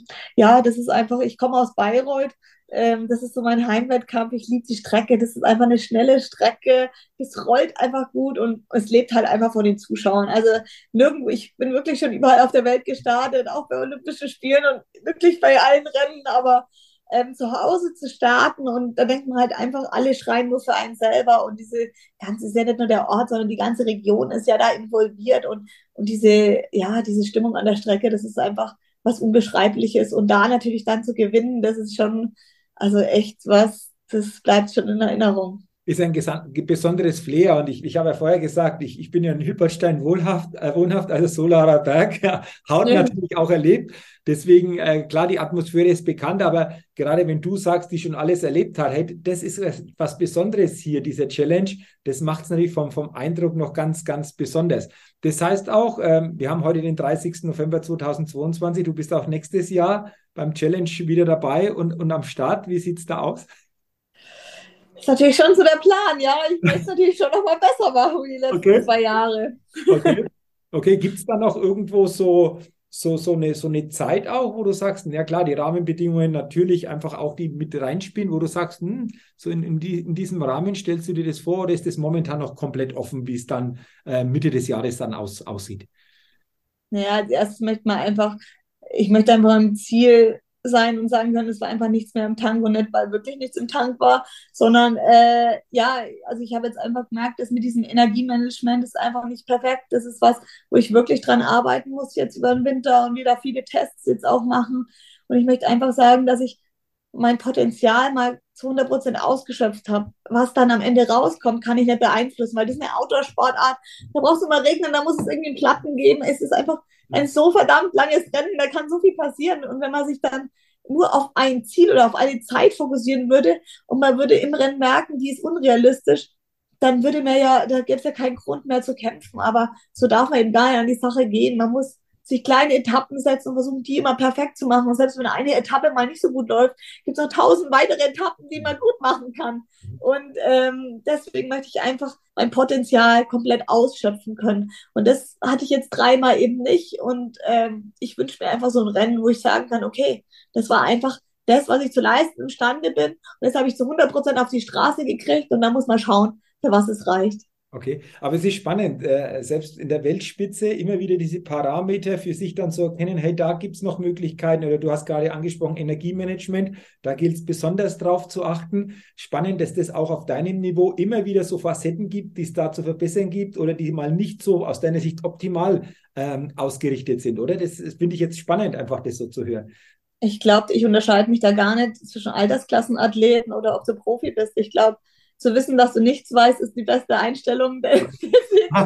ja, das ist einfach, ich komme aus Bayreuth, das ist so mein Heimwettkampf, ich liebe die Strecke, das ist einfach eine schnelle Strecke, es rollt einfach gut und es lebt halt einfach von den Zuschauern. Also nirgendwo, ich bin wirklich schon überall auf der Welt gestartet, auch bei Olympischen Spielen und wirklich bei allen Rennen, aber zu Hause zu starten und da denkt man halt einfach, alle schreien nur für einen selber und diese ganze, ist ja nicht nur der Ort, sondern die ganze Region ist ja da involviert und ja, diese Stimmung an der Strecke, das ist einfach was Unbeschreibliches. Und da natürlich dann zu gewinnen, das ist schon, also echt was, das bleibt schon in Erinnerung. Ist ein besonderes Flair. Und ich habe ja vorher gesagt, ich bin ja in Hilbertstein wohnhaft, also Solarer Berg, ja, haut Ja. natürlich auch erlebt. Deswegen, klar, die Atmosphäre ist bekannt, aber gerade wenn du sagst, die schon alles erlebt hat, hey, das ist was Besonderes hier, diese Challenge. Das macht es natürlich vom Eindruck noch ganz besonders. Das heißt auch, wir haben heute den 30. November 2022, du bist auch nächstes Jahr beim Challenge wieder dabei und am Start. Wie sieht es da aus? Das ist natürlich schon so der Plan, ja. Ich möchte es natürlich schon noch mal besser machen wie die letzten Okay. 2 Jahre. Okay. Okay, gibt es da noch irgendwo so so eine Zeit auch, wo du sagst, ja klar, die Rahmenbedingungen natürlich einfach auch die mit reinspielen, wo du sagst, so in diesem Rahmen stellst du dir das vor oder ist das momentan noch komplett offen, wie es dann Mitte des Jahres dann aussieht? Naja, als erstes ich möchte einfach im Ziel sein und sagen können, es war einfach nichts mehr im Tank und nicht, weil wirklich nichts im Tank war, sondern ja, also ich habe jetzt einfach gemerkt, dass mit diesem Energiemanagement ist einfach nicht perfekt. Das ist was, wo ich wirklich dran arbeiten muss jetzt über den Winter und wieder viele Tests jetzt auch machen. Und ich möchte einfach sagen, dass ich mein Potenzial mal zu 100% ausgeschöpft habe. Was dann am Ende rauskommt, kann ich nicht beeinflussen, weil das ist eine Outdoor-Sportart. Da brauchst du mal regnen, da muss es irgendwie einen Platten geben. Es ist einfach ein so verdammt langes Rennen, da kann so viel passieren. Und wenn man sich dann nur auf ein Ziel oder auf eine Zeit fokussieren würde und man würde im Rennen merken, die ist unrealistisch, dann würde man ja, da gibt es ja keinen Grund mehr zu kämpfen. Aber so darf man eben gar nicht an die Sache gehen. Man muss sich kleine Etappen setzen und versuchen, die immer perfekt zu machen. Und selbst wenn eine Etappe mal nicht so gut läuft, gibt es noch 1000 weitere Etappen, die man gut machen kann. Und deswegen möchte ich einfach mein Potenzial komplett ausschöpfen können. Und das hatte ich jetzt dreimal eben nicht. Und ich wünsche mir einfach so ein Rennen, wo ich sagen kann, okay, das war einfach das, was ich zu leisten imstande bin. Und das habe ich zu 100% auf die Straße gekriegt. Und dann muss man schauen, für was es reicht. Okay, aber es ist spannend, selbst in der Weltspitze immer wieder diese Parameter für sich dann zu erkennen, hey, da gibt es noch Möglichkeiten oder du hast gerade angesprochen, Energiemanagement, da gilt es besonders drauf zu achten. Spannend, dass das auch auf deinem Niveau immer wieder so Facetten gibt, die es da zu verbessern gibt oder die mal nicht so aus deiner Sicht optimal ausgerichtet sind, oder? Das finde ich jetzt spannend, einfach das so zu hören. Ich glaube, ich unterscheide mich da gar nicht zwischen Altersklassenathleten oder ob du Profi bist. Ich glaube, zu wissen, dass du nichts weißt, ist die beste Einstellung. Deswegen,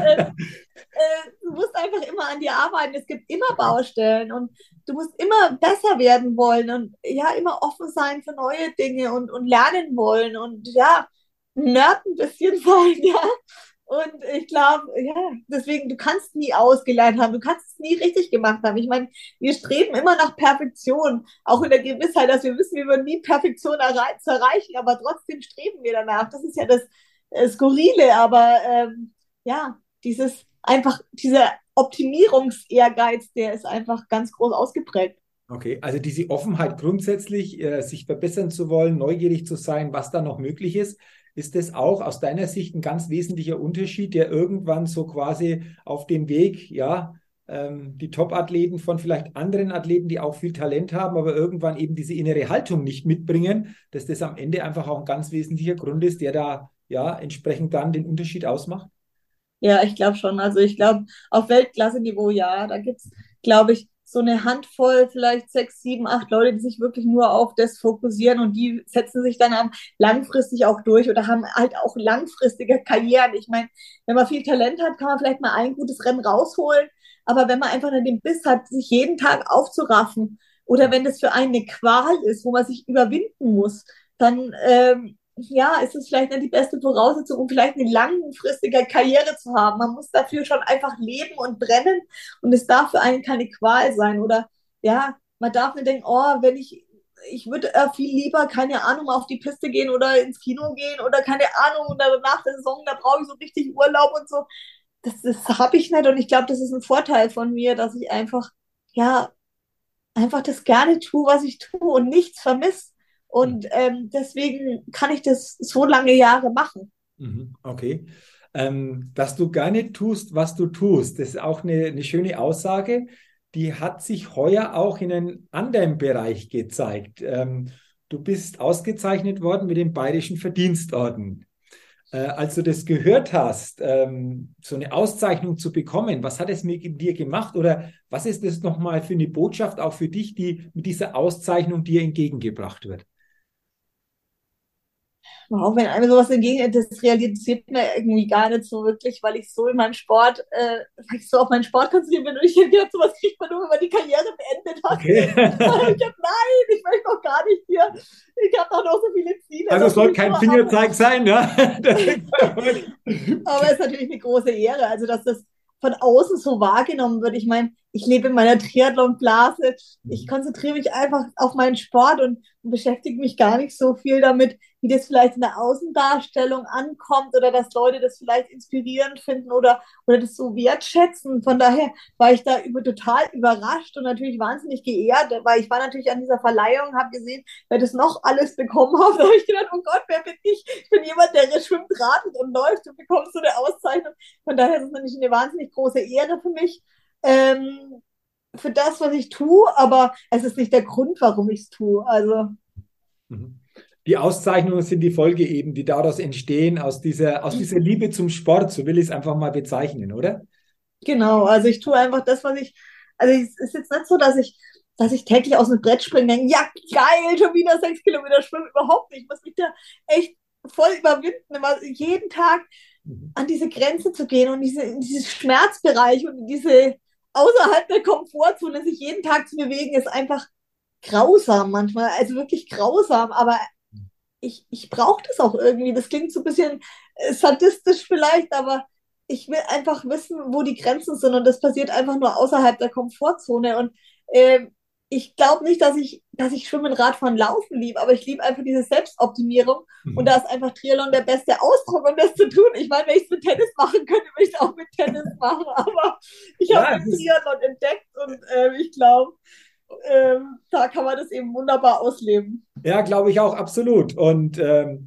du musst einfach immer an dir arbeiten. Es gibt immer Baustellen und du musst immer besser werden wollen und ja, immer offen sein für neue Dinge und lernen wollen und ja, Nerd ein bisschen sein, ja. Und ich glaube, ja, deswegen, du kannst nie ausgelernt haben, du kannst es nie richtig gemacht haben. Ich meine, wir streben immer nach Perfektion, auch in der Gewissheit, dass wir wissen, wir würden nie Perfektion zu erreichen, aber trotzdem streben wir danach. Das ist ja das Skurrile, aber ja, dieser Optimierungsehrgeiz, der ist einfach ganz groß ausgeprägt. Okay, also diese Offenheit grundsätzlich, sich verbessern zu wollen, neugierig zu sein, was da noch möglich ist das auch aus deiner Sicht ein ganz wesentlicher Unterschied, der irgendwann so quasi auf dem Weg, ja, die Top-Athleten von vielleicht anderen Athleten, die auch viel Talent haben, aber irgendwann eben diese innere Haltung nicht mitbringen, dass das am Ende einfach auch ein ganz wesentlicher Grund ist, der da ja entsprechend dann den Unterschied ausmacht? Ja, ich glaube schon. Also ich glaube, auf Weltklasse-Niveau, ja, da gibt es, glaube ich, so eine Handvoll, vielleicht 6, 7, 8 Leute, die sich wirklich nur auf das fokussieren und die setzen sich dann langfristig auch durch oder haben halt auch langfristige Karrieren. Ich meine, wenn man viel Talent hat, kann man vielleicht mal ein gutes Rennen rausholen, aber wenn man einfach nur den Biss hat, sich jeden Tag aufzuraffen oder wenn das für einen eine Qual ist, wo man sich überwinden muss, dann ja, ist es vielleicht nicht die beste Voraussetzung, um vielleicht eine langfristige Karriere zu haben. Man muss dafür schon einfach leben und brennen und es darf für einen keine Qual sein. Oder ja, man darf nicht denken, oh, ich würde viel lieber, keine Ahnung, auf die Piste gehen oder ins Kino gehen oder keine Ahnung, oder nach der Saison, da brauche ich so richtig Urlaub und so. Das habe ich nicht und ich glaube, das ist ein Vorteil von mir, dass ich einfach, ja, einfach das gerne tue, was ich tue und nichts vermisse. Und deswegen kann ich das so lange Jahre machen. Okay. Dass du gar nicht tust, was du tust, das ist auch eine schöne Aussage. Die hat sich heuer auch in einem anderen Bereich gezeigt. Du bist ausgezeichnet worden mit dem Bayerischen Verdienstorden. Als du das gehört hast, so eine Auszeichnung zu bekommen, was hat es mit dir gemacht oder was ist das nochmal für eine Botschaft auch für dich, die mit dieser Auszeichnung dir entgegengebracht wird? Wow, wenn einem sowas entgegen, das realisiert mir irgendwie gar nicht so wirklich, weil ich so in meinem Sport, weil ich so auf meinen Sport konzentriert bin und ich denke, sowas kriegt man nur, wenn man die Karriere beendet hat. Okay. Nein, ich möchte noch gar nicht hier. Ich habe doch noch so viele Ziele. Also es soll kein Fingerzeig sein, ja? Aber es ist natürlich eine große Ehre, also dass das von außen so wahrgenommen wird. Ich meine, ich lebe in meiner Triathlon-Blase. Ich konzentriere mich einfach auf meinen Sport und beschäftige mich gar nicht so viel damit, wie das vielleicht in der Außendarstellung ankommt oder dass Leute das vielleicht inspirierend finden oder das so wertschätzen. Von daher war ich da total überrascht und natürlich wahnsinnig geehrt, weil ich war natürlich an dieser Verleihung, habe gesehen, wer das noch alles bekommen hat. Da habe ich gedacht, oh Gott, wer bin ich? Ich bin jemand, der schwimmt, radelt und läuft und bekommt so eine Auszeichnung. Von daher ist es natürlich eine wahnsinnig große Ehre für mich, für das, was ich tue, aber es ist nicht der Grund, warum ich es tue. Also Mhm. Die Auszeichnungen sind die Folge eben, die daraus entstehen, aus dieser Liebe zum Sport, so will ich es einfach mal bezeichnen, oder? genau, also ich tue einfach das, was ich, also es ist jetzt nicht so, dass ich täglich aus dem Brett springe und denke, ja, geil, schon wieder 6 Kilometer schwimmen, überhaupt nicht. Ich muss mich da echt voll überwinden, immer jeden Tag Mhm. an diese Grenze zu gehen und in dieses Schmerzbereich und in diese außerhalb der Komfortzone, sich jeden Tag zu bewegen, ist einfach grausam manchmal, also wirklich grausam, aber ich brauche das auch irgendwie. Das klingt so ein bisschen sadistisch vielleicht, aber ich will einfach wissen, wo die Grenzen sind und das passiert einfach nur außerhalb der Komfortzone und ich glaube nicht, dass ich Schwimmen, Radfahren, Laufen liebe, aber ich liebe einfach diese Selbstoptimierung und da Mhm. ist einfach Triathlon der beste Ausdruck, um das zu tun. Ich meine, wenn ich es mit Tennis machen könnte, würde ich es auch mit Tennis machen, aber ich habe Ja, den Triathlon entdeckt und ich glaube, da kann man das eben wunderbar ausleben. ja, glaube ich auch absolut. Und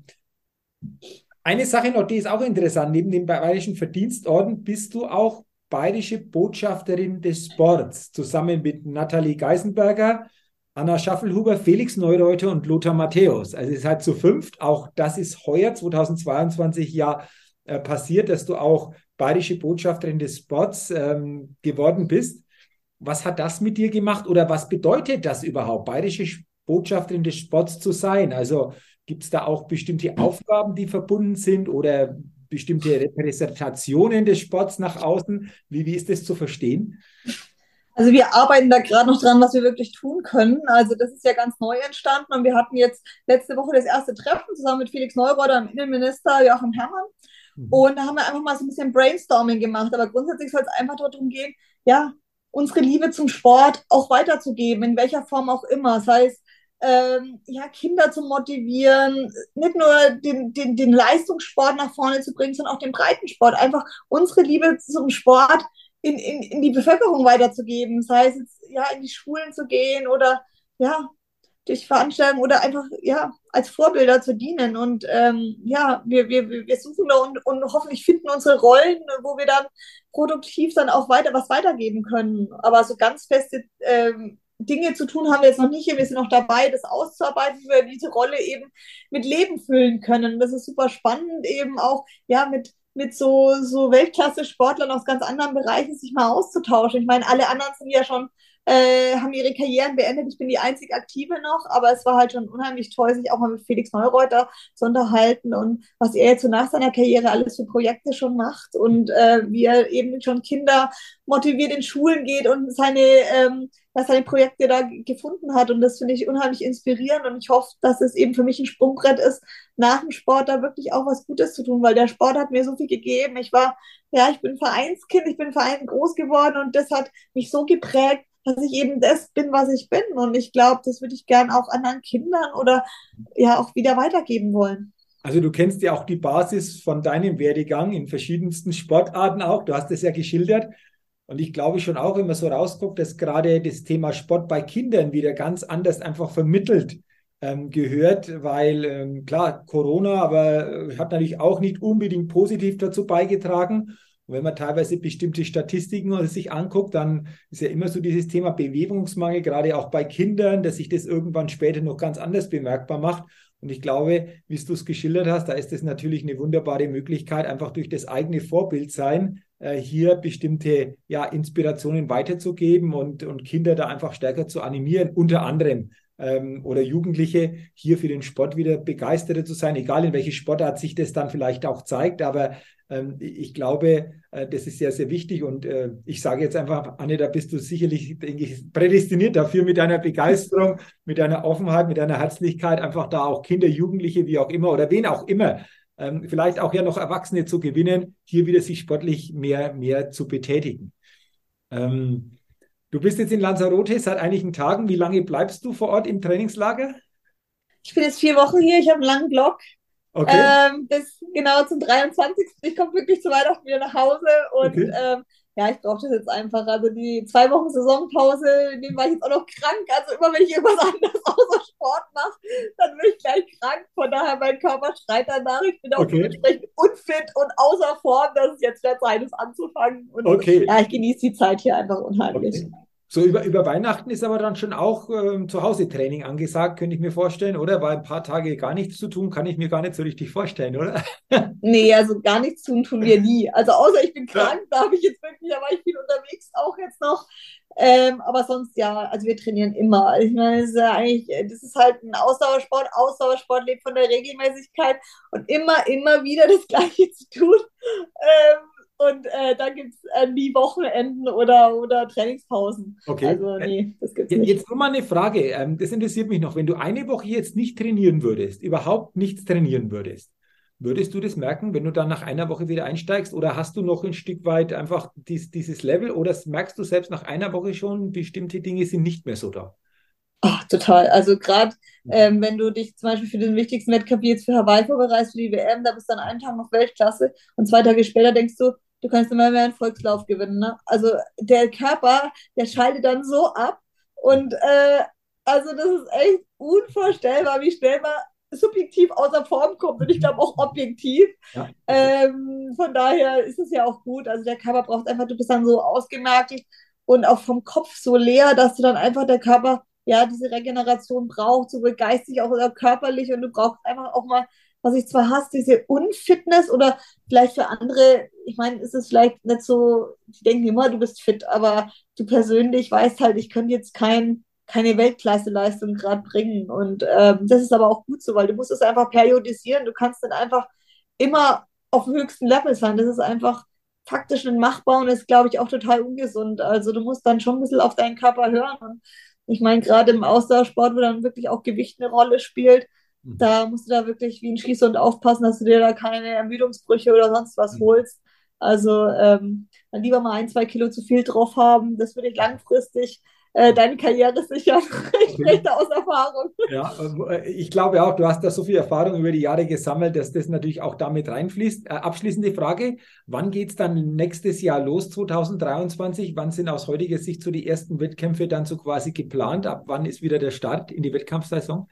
eine Sache noch, die ist auch interessant. Neben dem Bayerischen Verdienstorden bist du auch bayerische Botschafterin des Sports, zusammen mit Nathalie Geisenberger, Anna Schaffelhuber, Felix Neureuter und Lothar Matthäus. Also ihr seid zu fünft. Auch das ist heuer 2022 ja passiert, dass du auch bayerische Botschafterin des Sports geworden bist. Was hat das mit dir gemacht oder was bedeutet das überhaupt, bayerische Botschafterin des Sports zu sein? Also gibt es da auch bestimmte Aufgaben, die verbunden sind oder bestimmte Repräsentationen des Sports nach außen? Wie ist das zu verstehen? Also wir arbeiten da gerade noch dran, was wir wirklich tun können. Also das ist ja ganz neu entstanden und wir hatten jetzt letzte Woche das erste Treffen zusammen mit Felix Neureuter und Innenminister Joachim Herrmann. Mhm. Und da haben wir einfach mal so ein bisschen Brainstorming gemacht. Aber grundsätzlich soll es einfach darum gehen, ja, unsere Liebe zum Sport auch weiterzugeben, in welcher Form auch immer. Sei es, ja, Kinder zu motivieren, nicht nur den Leistungssport nach vorne zu bringen, sondern auch den Breitensport. Einfach unsere Liebe zum Sport in die Bevölkerung weiterzugeben. Sei es jetzt, ja, in die Schulen zu gehen oder, ja, durch Veranstaltungen oder einfach ja als Vorbilder zu dienen. Und ja, wir suchen da und hoffentlich finden unsere Rollen, wo wir dann produktiv dann auch was weitergeben können. Aber so ganz feste Dinge zu tun haben wir jetzt noch nicht. Wir sind noch dabei, das auszuarbeiten, wie wir diese Rolle eben mit Leben füllen können. Das ist super spannend, eben auch ja mit so Weltklasse-Sportlern aus ganz anderen Bereichen sich mal auszutauschen. Ich meine, alle anderen sind ja schon haben ihre Karrieren beendet. Ich bin die einzig Aktive noch, aber es war halt schon unheimlich toll, sich auch mal mit Felix Neureuter zu unterhalten und was er jetzt so nach seiner Karriere alles für Projekte schon macht und wie er eben schon Kinder motiviert in Schulen geht und seine Projekte da gefunden hat. Und das finde ich unheimlich inspirierend und ich hoffe, dass es eben für mich ein Sprungbrett ist, nach dem Sport da wirklich auch was Gutes zu tun, weil der Sport hat mir so viel gegeben. Ich bin Vereinskind, ich bin im Verein groß geworden und das hat mich so geprägt, dass ich eben das bin, was ich bin. Und ich glaube, das würde ich gern auch anderen Kindern oder ja auch wieder weitergeben wollen. Also du kennst ja auch die Basis von deinem Werdegang in verschiedensten Sportarten auch. Du hast es ja geschildert. Und ich glaube schon auch, wenn man so rausguckt, dass gerade das Thema Sport bei Kindern wieder ganz anders einfach vermittelt gehört, weil klar, Corona, aber hat natürlich auch nicht unbedingt positiv dazu beigetragen. Und wenn man teilweise bestimmte Statistiken oder sich anguckt, dann ist ja immer so dieses Thema Bewegungsmangel, gerade auch bei Kindern, dass sich das irgendwann später noch ganz anders bemerkbar macht. Und ich glaube, wie du es geschildert hast, da ist es natürlich eine wunderbare Möglichkeit, einfach durch das eigene Vorbild sein, hier bestimmte ja, Inspirationen weiterzugeben und Kinder da einfach stärker zu animieren, unter anderem oder Jugendliche hier für den Sport wieder begeistert zu sein, egal in welche Sportart sich das dann vielleicht auch zeigt. Aber ich glaube, das ist sehr, sehr wichtig. Und ich sage jetzt einfach, Anne, da bist du sicherlich, denke ich, prädestiniert dafür mit deiner Begeisterung, mit deiner Offenheit, mit deiner Herzlichkeit, einfach da auch Kinder, Jugendliche, wie auch immer oder wen auch immer, vielleicht auch ja noch Erwachsene zu gewinnen, hier wieder sich sportlich mehr zu betätigen. Ähm, Du bist jetzt in Lanzarote seit einigen Tagen. Wie lange bleibst du vor Ort im Trainingslager? Ich bin jetzt 4 Wochen hier, ich habe einen langen Block Okay, bis genau zum 23. Ich komme wirklich zu Weihnachten wieder nach Hause und okay, ja, ich brauche das jetzt einfach. Also die 2 Wochen Saisonpause, in denen war ich jetzt auch noch krank. Also immer wenn ich irgendwas anderes außer Sport mache, dann bin ich gleich krank. Von daher, mein Körper schreit danach. Ich bin auch okay, dementsprechend unfit und außer Form, dass es jetzt der Zeit ist anzufangen. Und okay, ja, ich genieße die Zeit hier einfach unheimlich. okay. So über Weihnachten ist aber dann schon auch zu Hause Training angesagt, könnte ich mir vorstellen, oder? Weil ein paar Tage gar nichts zu tun, kann ich mir gar nicht so richtig vorstellen, oder? Nee, also gar nichts tun wir nie. Also außer ich bin Ja. krank, da habe ich jetzt wirklich, da war ich viel unterwegs auch jetzt noch. Aber sonst ja, also wir trainieren immer. Also ich meine, das ist ja eigentlich, das ist halt ein Ausdauersport. Ausdauersport lebt von der Regelmäßigkeit und immer wieder das Gleiche zu tun. Und dann gibt es nie Wochenenden oder Trainingspausen. Okay. Also nee, das gibt's nicht. Jetzt nur mal eine Frage. Das interessiert mich noch. Wenn du eine Woche jetzt nicht trainieren würdest, überhaupt nichts trainieren würdest, würdest du das merken, wenn du dann nach einer Woche wieder einsteigst? Oder hast du noch ein Stück weit einfach dieses Level? Oder merkst du selbst nach einer Woche schon, bestimmte Dinge sind nicht mehr so da? Ach, total. Also gerade Mhm. wenn du dich zum Beispiel für den wichtigsten Wettkampf wie jetzt für Hawaii vorbereitest, für die WM, da bist du dann einen Tag noch Weltklasse und 2 Tage später denkst du, du kannst immer mehr einen Volkslauf gewinnen. Ne? Also der Körper, der schaltet dann so ab und also das ist echt unvorstellbar, wie schnell man subjektiv außer Form kommt und ich glaube auch objektiv. Ja, okay. Von daher ist es ja auch gut. Also der Körper braucht einfach, du bist dann so ausgemergelt und auch vom Kopf so leer, dass du dann einfach der Körper ja diese Regeneration braucht, sowohl geistig auch oder körperlich und du brauchst einfach auch mal, was ich zwar hasse, diese Unfitness oder vielleicht für andere, ich meine, ist es vielleicht nicht so, die denken immer, du bist fit, aber du persönlich weißt halt, ich könnte jetzt keine Weltklasse-Leistung gerade bringen und das ist aber auch gut so, weil du musst es einfach periodisieren, du kannst dann einfach immer auf dem höchsten Level sein, das ist einfach faktisch nicht machbar und ist, glaube ich, auch total ungesund. Also du musst dann schon ein bisschen auf deinen Körper hören. Und ich meine, gerade im Ausdauersport, wo dann wirklich auch Gewicht eine Rolle spielt, Mhm. da musst du da wirklich wie ein Schießhund aufpassen, dass du dir da keine Ermüdungsbrüche oder sonst was Mhm. holst. Also dann lieber mal 1, 2 Kilo zu viel drauf haben. Das würde ich langfristig deine Karriere sichern. Ich spreche Okay. da aus Erfahrung. Ja, ich glaube auch, du hast da so viel Erfahrung über die Jahre gesammelt, dass das natürlich auch damit reinfließt. Abschließende Frage, wann geht es dann nächstes Jahr los, 2023? Wann sind aus heutiger Sicht so die ersten Wettkämpfe dann so quasi geplant? Ab wann ist wieder der Start in die Wettkampfsaison?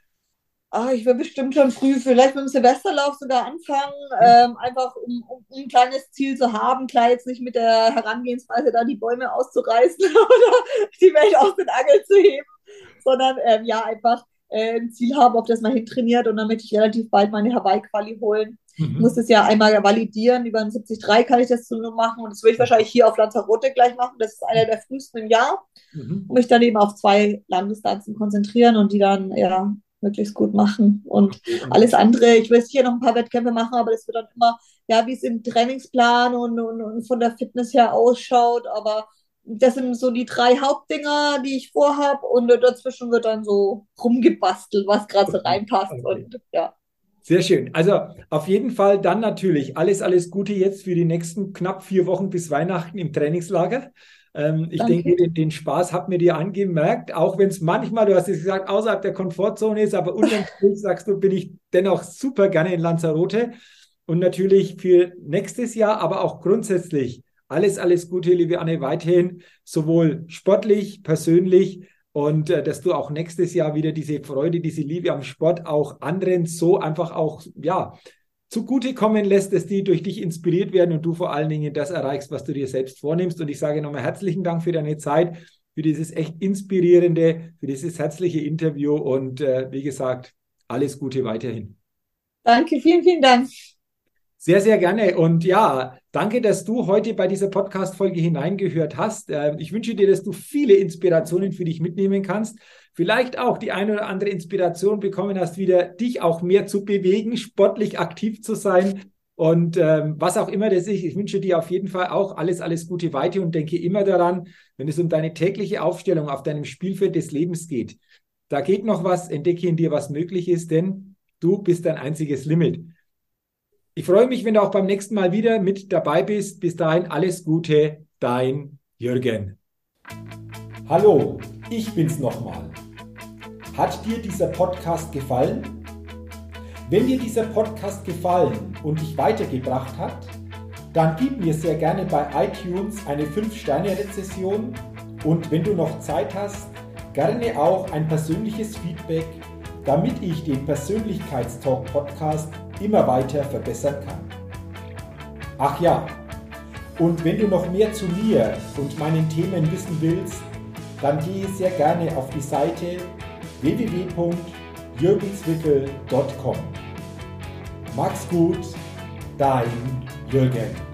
Ah, ich will bestimmt schon früh, vielleicht mit dem Silvesterlauf sogar anfangen, Okay. einfach um ein kleines Ziel zu haben. Klar, jetzt nicht mit der Herangehensweise, da die Bäume auszureißen oder die Welt aus den Angeln zu heben, sondern ja, einfach ein Ziel haben, auf das man hintrainiert und damit ich relativ bald meine Hawaii-Quali holen. Ich muss Mhm. das ja einmal validieren, über den 73 kann ich das so nur machen und das würde ich wahrscheinlich hier auf Lanzarote gleich machen. Das ist einer der frühesten im Jahr Mhm. und mich dann eben auf 2 Langdistanzen konzentrieren und die dann ja möglichst gut machen. Und Und alles andere, ich will hier noch ein paar Wettkämpfe machen, aber das wird dann immer, ja, wie es im Trainingsplan und von der Fitness her ausschaut. Aber das sind so die 3 Hauptdinger, die ich vorhab. Und dazwischen wird dann so rumgebastelt, was gerade so okay. reinpasst. Okay. Und ja, Sehr schön. Also auf jeden Fall dann natürlich alles Gute jetzt für die nächsten knapp 4 Wochen bis Weihnachten im Trainingslager. Ich denke, danke. den Spaß hat mir dir angemerkt, auch wenn es manchmal, du hast es gesagt, außerhalb der Komfortzone ist, aber unterm Strich sagst du, bin ich dennoch super gerne in Lanzarote. Und natürlich für nächstes Jahr, aber auch grundsätzlich alles Gute, liebe Anne, weiterhin, sowohl sportlich, persönlich und dass du auch nächstes Jahr wieder diese Freude, diese Liebe am Sport auch anderen so einfach auch, ja, zugutekommen lässt, dass die durch dich inspiriert werden und du vor allen Dingen das erreichst, was du dir selbst vornimmst. Und ich sage nochmal herzlichen Dank für deine Zeit, für dieses echt inspirierende, für dieses herzliche Interview und wie gesagt, alles Gute weiterhin. Danke, vielen Dank. Sehr, sehr gerne. Und ja, danke, dass du heute bei dieser Podcast-Folge hineingehört hast. Ich wünsche dir, dass du viele Inspirationen für dich mitnehmen kannst. Vielleicht auch die eine oder andere Inspiration bekommen hast, wieder dich auch mehr zu bewegen, sportlich aktiv zu sein. Und was auch immer das ist, ich wünsche dir auf jeden Fall auch alles Gute weiter und denke immer daran, wenn es um deine tägliche Aufstellung auf deinem Spielfeld des Lebens geht. Da geht noch was, entdecke in dir, was möglich ist, denn du bist dein einziges Limit. Ich freue mich, wenn du auch beim nächsten Mal wieder mit dabei bist. Bis dahin alles Gute, dein Jürgen. Hallo, ich bin's nochmal. Hat dir dieser Podcast gefallen? Wenn dir dieser Podcast gefallen und dich weitergebracht hat, dann gib mir sehr gerne bei iTunes eine 5-Sterne-Rezession und wenn du noch Zeit hast, gerne auch ein persönliches Feedback, damit ich den Persönlichkeitstalk-Podcast immer weiter verbessern kann. Ach ja, und wenn du noch mehr zu mir und meinen Themen wissen willst, dann gehe sehr gerne auf die Seite www.jürgenzwickel.com. Mach's gut, dein Jürgen.